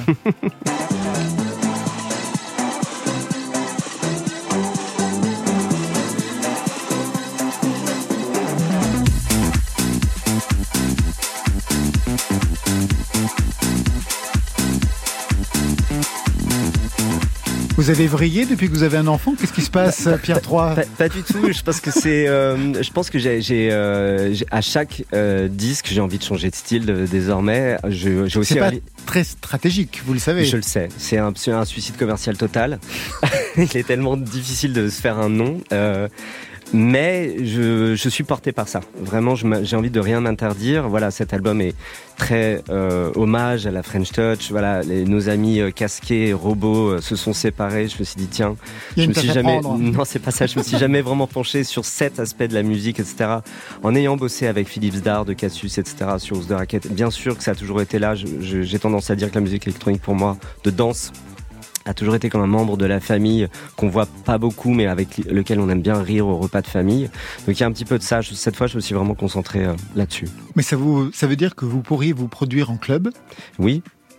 Vous avez vrillé depuis que vous avez un enfant ? Qu'est-ce qui se passe, Pierre III ? Pas du tout. Je pense que je pense que j'ai à chaque disque, j'ai envie de changer de style désormais. J'ai aussi. C'est pas très stratégique, vous le savez. Je le sais. C'est un suicide commercial total. Il est tellement difficile de se faire un nom. Mais je suis porté par ça. Vraiment, j'ai envie de rien m'interdire. Voilà, cet album est très hommage à la French Touch. Voilà, nos amis casqués, robots se sont séparés. Je me suis dit tiens, non, c'est pas ça. Je me suis jamais vraiment penché sur cet aspect de la musique, etc. En ayant bossé avec Philippe Zdar de Cassius, etc. sur Housse de raquettes. Bien sûr que ça a toujours été là. J'ai tendance à dire que la musique électronique pour moi, de danse, a toujours été comme un membre de la famille qu'on voit pas beaucoup mais avec lequel on aime bien rire au repas de famille. Donc il y a un petit peu de ça. Cette fois, je me suis vraiment concentré là-dessus. Mais ça veut dire que vous pourriez vous produire en club ? Oui.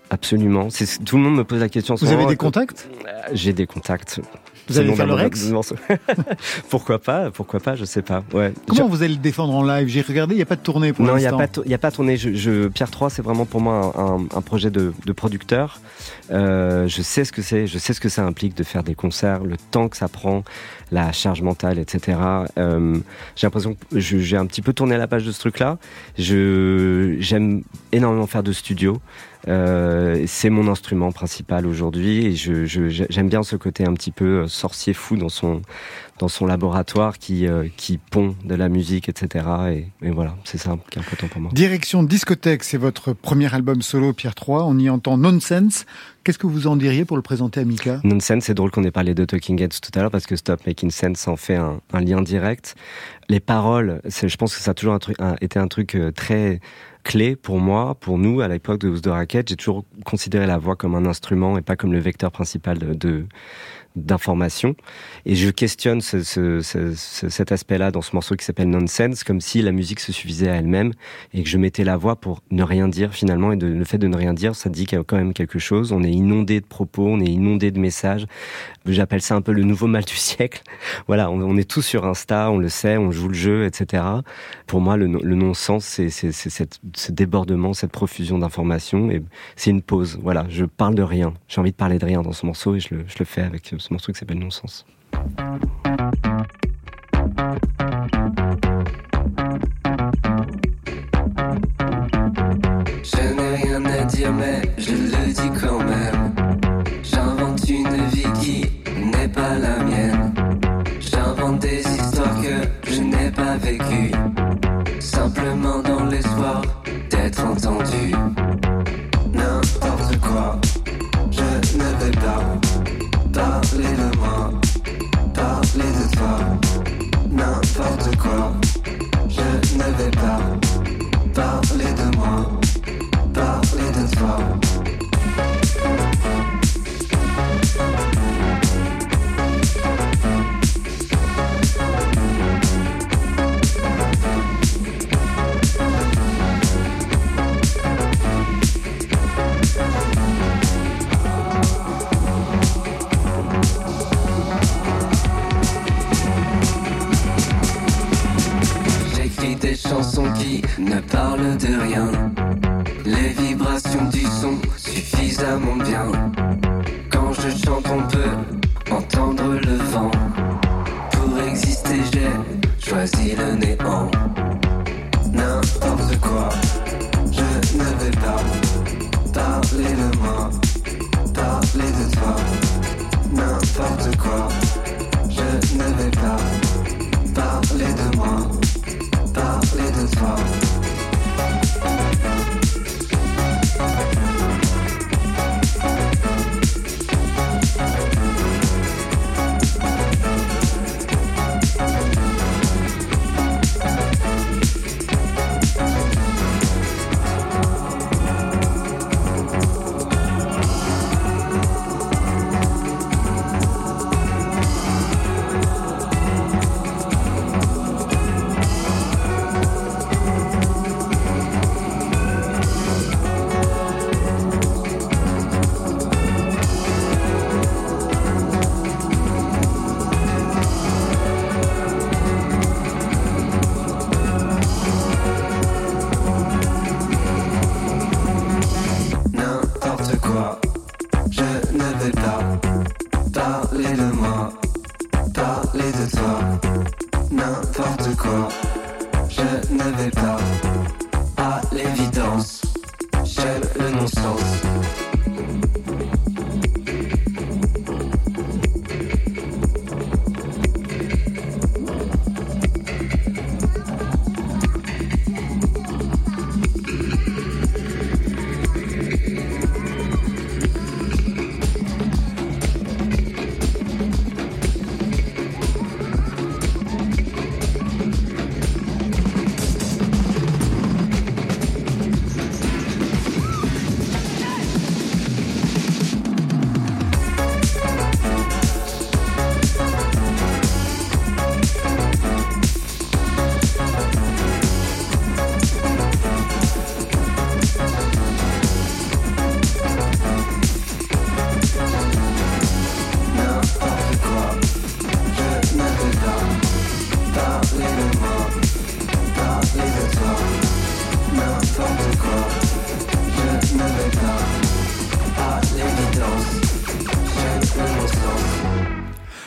Absolument. Tout le monde me pose la question. Vous avez des contacts ? J'ai des contacts. Vous allez faire le Rex ? Pourquoi pas, je sais pas. Ouais. Comment vous allez le défendre en live ? J'ai regardé, il n'y a pas de tournée pour l'instant. Non, il n'y a pas de tournée. Pierre 3, c'est vraiment pour moi un projet de producteur. Je sais ce que c'est, je sais ce que ça implique de faire des concerts, le temps que ça prend, la charge mentale, etc. J'ai l'impression que j'ai un petit peu tourné à la page de ce truc-là. J'aime énormément faire de studio. C'est mon instrument principal aujourd'hui et j'aime bien ce côté un petit peu sorcier fou dans son laboratoire qui pond de la musique, etc. Et voilà, c'est ça qui est important pour moi. Direction Discothèque, c'est votre premier album solo, Pierre 3. On y entend Nonsense. Qu'est-ce que vous en diriez pour le présenter à Mika ? Nonsense, c'est drôle qu'on ait parlé de Talking Heads tout à l'heure parce que Stop Making Sense en fait un lien direct. Les paroles, je pense que ça a toujours été un truc très clé pour moi, pour nous, à l'époque de House de Racket. J'ai toujours considéré la voix comme un instrument et pas comme le vecteur principal d'information. Et je questionne cet aspect-là dans ce morceau qui s'appelle Nonsense, comme si la musique se suffisait à elle-même et que je mettais la voix pour ne rien dire finalement. Et le fait de ne rien dire, ça dit qu'il y a quand même quelque chose. On est inondé de propos, on est inondé de messages. J'appelle ça un peu le nouveau mal du siècle. Voilà, on est tous sur Insta, on le sait, on joue le jeu, etc. Pour moi, le non-sens, c'est ce débordement, cette profusion d'informations. Et c'est une pause. Voilà, je parle de rien. J'ai envie de parler de rien dans ce morceau et je le fais avec ce morceau qui s'appelle Non-sens. Je n'ai rien à dire mais je le dis quand même. J'invente une vie qui n'est pas la mienne. J'invente des histoires que je n'ai pas vécues. Simplement dans l'espoir d'être entendu. N'importe quoi, je ne vais pas parler de moi, parler de toi. N'importe quoi, je ne vais pas parler de moi, parler de toi. Des chansons qui ne parlent de rien. Les vibrations du son suffisamment bien. Quand je chante on peut entendre le vent. Pour exister j'ai choisi le néant. N'importe quoi, je ne vais pas parler de moi, parler de toi. N'importe quoi, je ne vais pas parler de moi, parler de toi.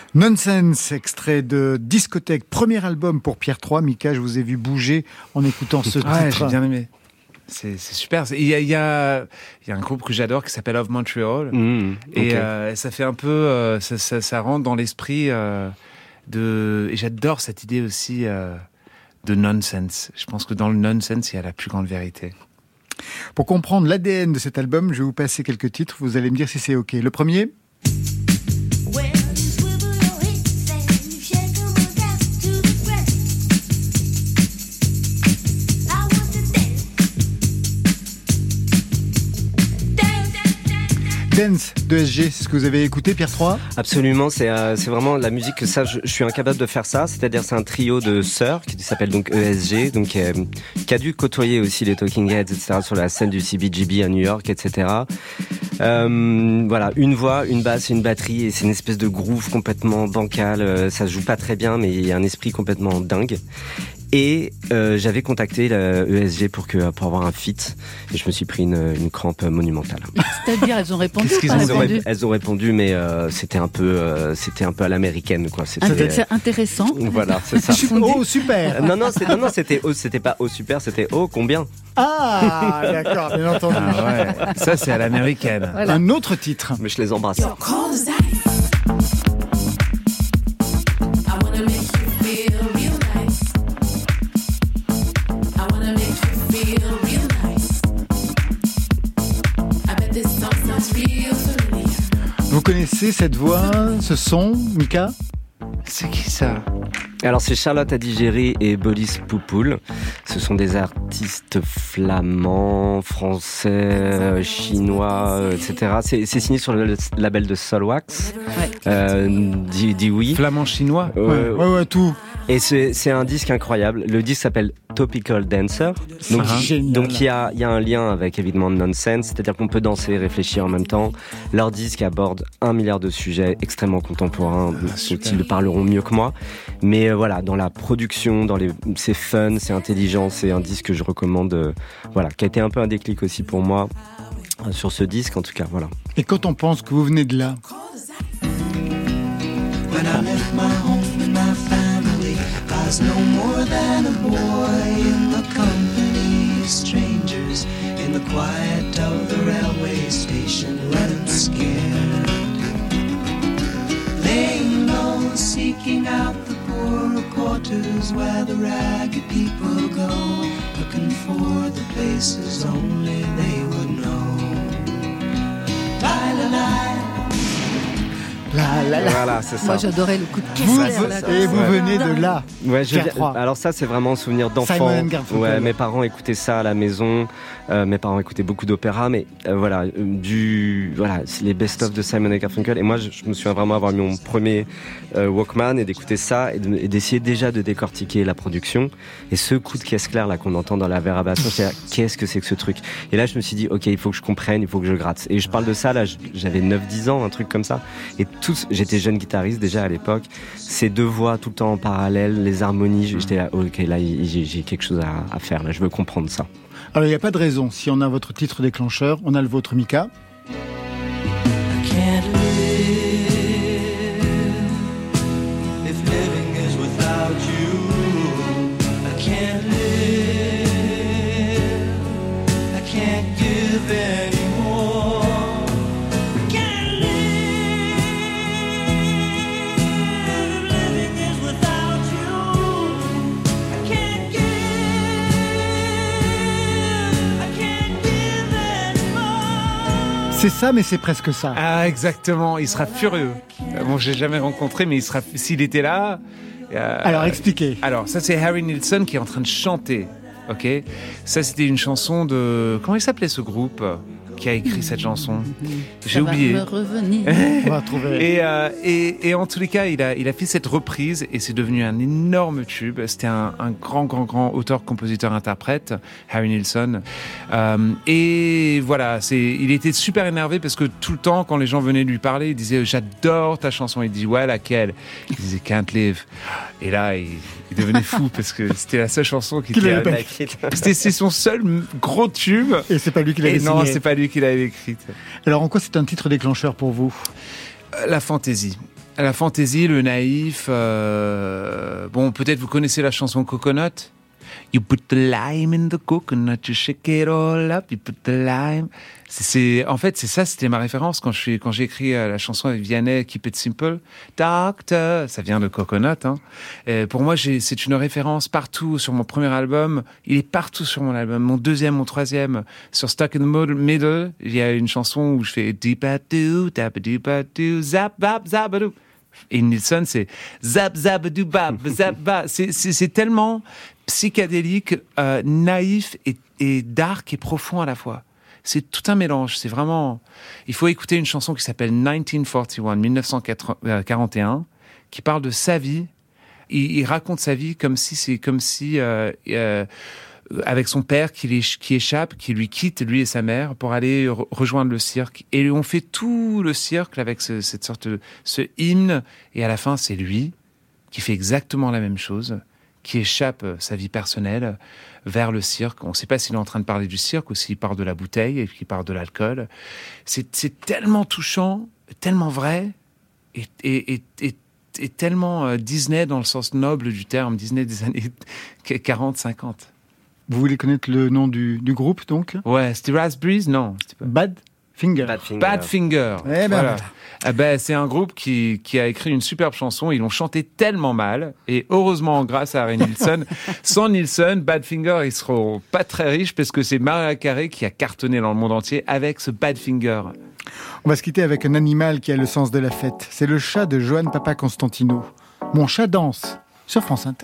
Nonsense, extrait de Discothèque, premier album pour Pierre III. Mika, je vous ai vu bouger en écoutant ce titre. Ouais, j'ai bien aimé. C'est super. Il y a un groupe que j'adore qui s'appelle Of Montreal. Et ça fait un peu... ça rentre dans l'esprit et j'adore cette idée aussi de nonsense. Je pense que dans le nonsense, il y a la plus grande vérité. Pour comprendre l'ADN de cet album, je vais vous passer quelques titres. Vous allez me dire si c'est OK. Le premier. Dance de SG, c'est ce que vous avez écouté, Pierre III ? Absolument, c'est vraiment la musique que ça, je suis incapable de faire ça. C'est-à-dire, c'est un trio de sœurs qui s'appelle donc ESG, donc qui a dû côtoyer aussi les Talking Heads, etc. sur la scène du CBGB à New York, etc. Voilà, une voix, une basse et une batterie, et c'est une espèce de groove complètement bancal. Ça se joue pas très bien, mais il y a un esprit complètement dingue. Et j'avais contacté la ESG pour avoir un feat, et je me suis pris une crampe monumentale. C'est-à-dire, elles ont répondu. Elles ont répondu, mais c'était un peu à l'américaine, quoi. C'est intéressant. Voilà, c'est ça. Oh, super. Non, c'était pas oh super, c'était oh combien. Ah, d'accord, bien entendu. Ah ouais, ça c'est à l'américaine. Voilà. Un autre titre. Mais je les embrasse. Vous connaissez cette voix, ce son, Mika ? C'est qui ça ? Alors c'est Charlotte Adigéry et Boris Poupoul. Ce sont des artistes flamands, français, chinois, etc. C'est signé sur le label de Soulwax. Dis oui. Flamand chinois. Ouais, tout. Et c'est un disque incroyable. Le disque s'appelle Topical Dancer. Donc il y a un lien avec évidemment Nonsense, c'est-à-dire qu'on peut danser et réfléchir en même temps. Leur disque aborde 1 milliard de sujets extrêmement contemporains, ils le parleront mieux que moi. Mais voilà, dans la production, c'est fun, c'est intelligent, c'est un disque que je recommande, qui a été un peu un déclic aussi pour moi sur ce disque en tout cas, voilà. Et quand on pense que vous venez de là. I was no more than a boy in the company of strangers, in the quiet of the railway station, running scared, laying low, seeking out the poorer quarters where the ragged people go, looking for the places only they would know. Voilà, c'est ça. Moi, j'adorais le coup de Kessler. Et vous venez de là. Ouais, alors ça, c'est vraiment un souvenir d'enfant. Simon & Garfunkel. Ouais, mes parents écoutaient ça à la maison. Mes parents écoutaient beaucoup d'opéra, mais les best-of de Simon & Garfunkel. Et moi, je me souviens vraiment avoir mis mon premier Walkman et d'écouter ça et d'essayer déjà de décortiquer la production. Et ce coup de caisse claire là qu'on entend dans la Vera Basson, c'est qu'est-ce que c'est que ce truc ? Et là, je me suis dit, ok, il faut que je comprenne, il faut que je gratte. Et je parle de ça là, j'avais 9-10 ans, un truc comme ça. Et j'étais jeune guitariste déjà à l'époque. Ces deux voix tout le temps en parallèle, les harmonies, j'étais là, ok, là j'ai quelque chose à faire. Là, je veux comprendre ça. Alors il n'y a pas de raison. Si on a votre titre déclencheur, on a le vôtre, Mika. C'est ça, mais c'est presque ça. Ah, exactement. Il sera furieux. Bon, je l'ai jamais rencontré, mais s'il était là. Alors, expliquez. Alors, ça, c'est Harry Nilsson qui est en train de chanter. Ok. Ça, c'était une chanson de. Comment il s'appelait ce groupe qui a écrit cette chanson? J'ai oublié. Va me revenir. On va trouver. Et en tous les cas, il a fait cette reprise et c'est devenu un énorme tube. C'était un grand auteur, compositeur, interprète, Harry Nilsson. Et voilà, il était super énervé parce que tout le temps, quand les gens venaient lui parler, il disait j'adore ta chanson. Il dit ouais, laquelle? Il disait Can't Live. Et là, il devenait fou parce que c'était la seule chanson qu'il avait écrite. C'est son seul gros tube. Et c'est pas lui qui l'avait signé. Non, c'est pas lui qui l'avait écrite. Alors en quoi c'est un titre déclencheur pour vous? La fantaisie. La fantaisie, le naïf. Bon, peut-être vous connaissez la chanson Coconut. You put the lime in the coconut, you shake it all up, you put the lime. En fait, c'est ça, c'était ma référence quand j'ai écrit la chanson avec Vianney, Keep It Simple. Doctor, ça vient de Coconut. Hein. Pour moi, c'est une référence partout sur mon premier album. Il est partout sur mon album. Mon deuxième, mon troisième. Sur Stuck in the Middle, il y a une chanson où je fais Deep-a-doo, tap-a-doo-ba-doo, zap-bap-zap-a-doo. Et Nilsson, c'est zap zap dou bap zap ba. C'est tellement psychédélique, naïf et dark et profond à la fois. C'est tout un mélange. C'est vraiment. Il faut écouter une chanson qui s'appelle 1941, qui parle de sa vie. Il raconte sa vie comme si avec son père qui échappe, qui lui quitte, lui et sa mère, pour aller rejoindre le cirque. Et on fait tout le cirque avec cette sorte de ce hymne. Et à la fin, c'est lui qui fait exactement la même chose, qui échappe sa vie personnelle vers le cirque. On ne sait pas s'il est en train de parler du cirque ou s'il parle de la bouteille et qu'il parle de l'alcool. C'est tellement touchant, tellement vrai et tellement Disney dans le sens noble du terme, Disney des années 40-50. Vous voulez connaître le nom du groupe, donc ? Ouais, c'était Raspberries, non. Badfinger. Badfinger. Eh ben voilà. C'est un groupe qui a écrit une superbe chanson. Ils l'ont chanté tellement mal. Et heureusement, grâce à Harry Nilsson, sans Nilsson, Badfinger, ils seront pas très riches parce que c'est Mariah Carey qui a cartonné dans le monde entier avec ce Badfinger. On va se quitter avec un animal qui a le sens de la fête. C'est le chat de Johan Papa Constantino. Mon chat danse sur France Inter.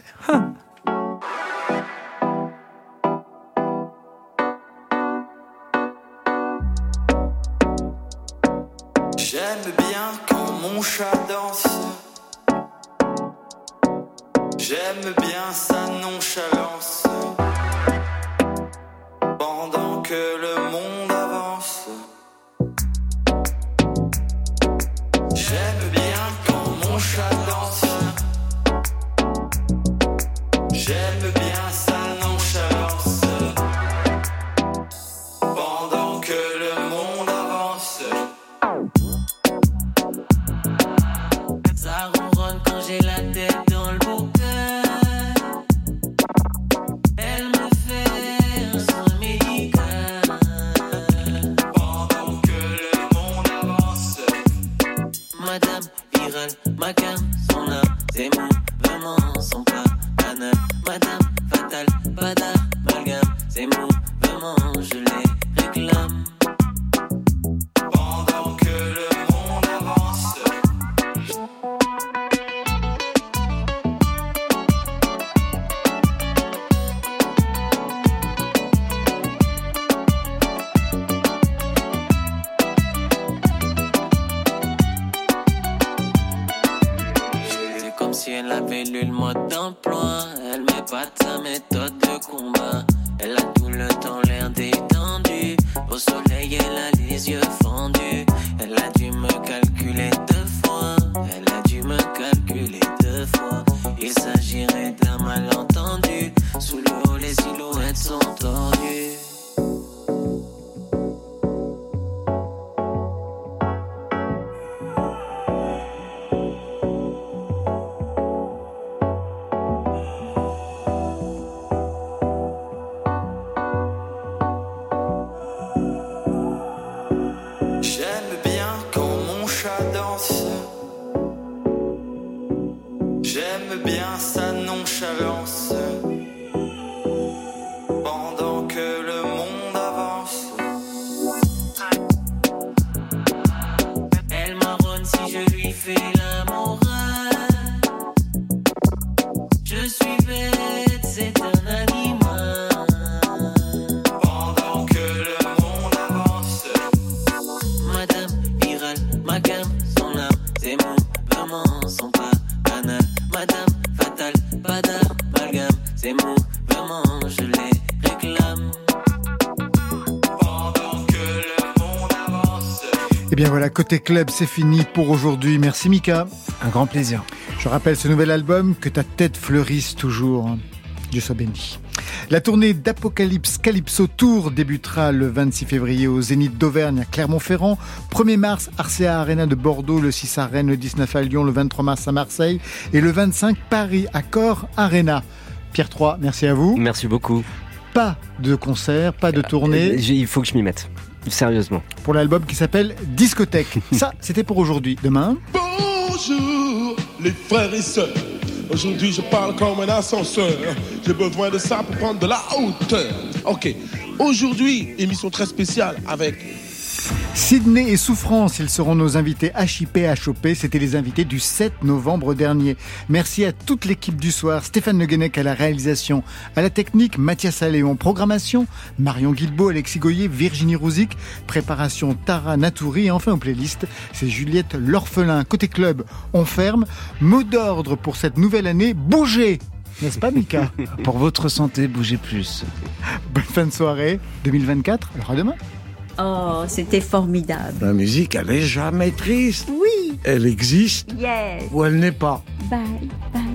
J'aime bien quand mon chat danse. J'aime bien sa nonchalance. Pendant que le monde avance. J'aime bien quand mon chat danse. J'aime bien sa nonchalance. Pendant que le monde avance. Ça ronronne quand j'ai la tête dans le bouquin. Elle me fait un soin médical. Pendant que le monde avance. Madame virale, ma cam, son âme, ses mots, vraiment sont pas banals. Madame fatale, pas d'amalgame, ses mots, vraiment je les réclame. Pendant que le monde avance. C'est comme si elle avait lu le mode d'emploi. Elle met pas de sa méthode de combat. Elle a tout le temps l'air détendue. Au soleil, elle a les yeux fendus. Elle a dû me calculer 2 fois. Elle a dû me calculer 2 fois. Il s'agirait d'un malentendu. Sous l'eau, les silhouettes sont tordues. J'aime bien quand mon chat danse. J'aime bien sa nonchalance. Pendant que le monde avance. Elle marronne si je lui fais la morale. Je suis bête, c'est un animal. Pendant que le monde avance. Madame virale, ma cam, son âme, ses mots, vraiment sont pas banals. Madame fatale, pas d'amalgame, ses mots, vraiment je les réclame. Pendant que le monde avance. Et bien voilà, côté club, c'est fini pour aujourd'hui. Merci Mika. Un grand plaisir. Je rappelle ce nouvel album, Que ta tête fleurisse toujours. Dieu soit béni. La tournée d'Apocalypse Calypso Tour débutera le 26 février au Zénith d'Auvergne à Clermont-Ferrand. 1er mars, Arcea Arena de Bordeaux, le 6 à Rennes, le 19 à Lyon, le 23 mars à Marseille et le 25 Paris Accor Arena. Pierre Troy, merci à vous. Merci beaucoup. Pas de concert, pas de tournée. Il faut que je m'y mette. Sérieusement. Pour l'album qui s'appelle Discothèque. Ça, c'était pour aujourd'hui. Demain. Bonjour les frères et sœurs. Aujourd'hui je parle comme un ascenseur. J'ai besoin de ça pour prendre de la hauteur. Ok, aujourd'hui émission très spéciale avec Sydney et Souffrance, ils seront nos invités HIP, HOP. C'était les invités du 7 novembre dernier. Merci à toute l'équipe du soir. Stéphane Le Guenec à la réalisation, à la technique, Mathias Alléon, programmation, Marion Guilbeault, Alexis Goyer, Virginie Rouzic, préparation Tara Natouri et enfin aux playlists, c'est Juliette L'Orphelin. Côté club, on ferme. Mot d'ordre pour cette nouvelle année, bougez! N'est-ce pas, Mika? Pour votre santé, bougez plus. Bonne fin de soirée 2024. Alors à demain. Oh, c'était formidable. La musique, elle est jamais triste. Oui. Elle existe. Yes. Ou elle n'est pas. Bye, bye.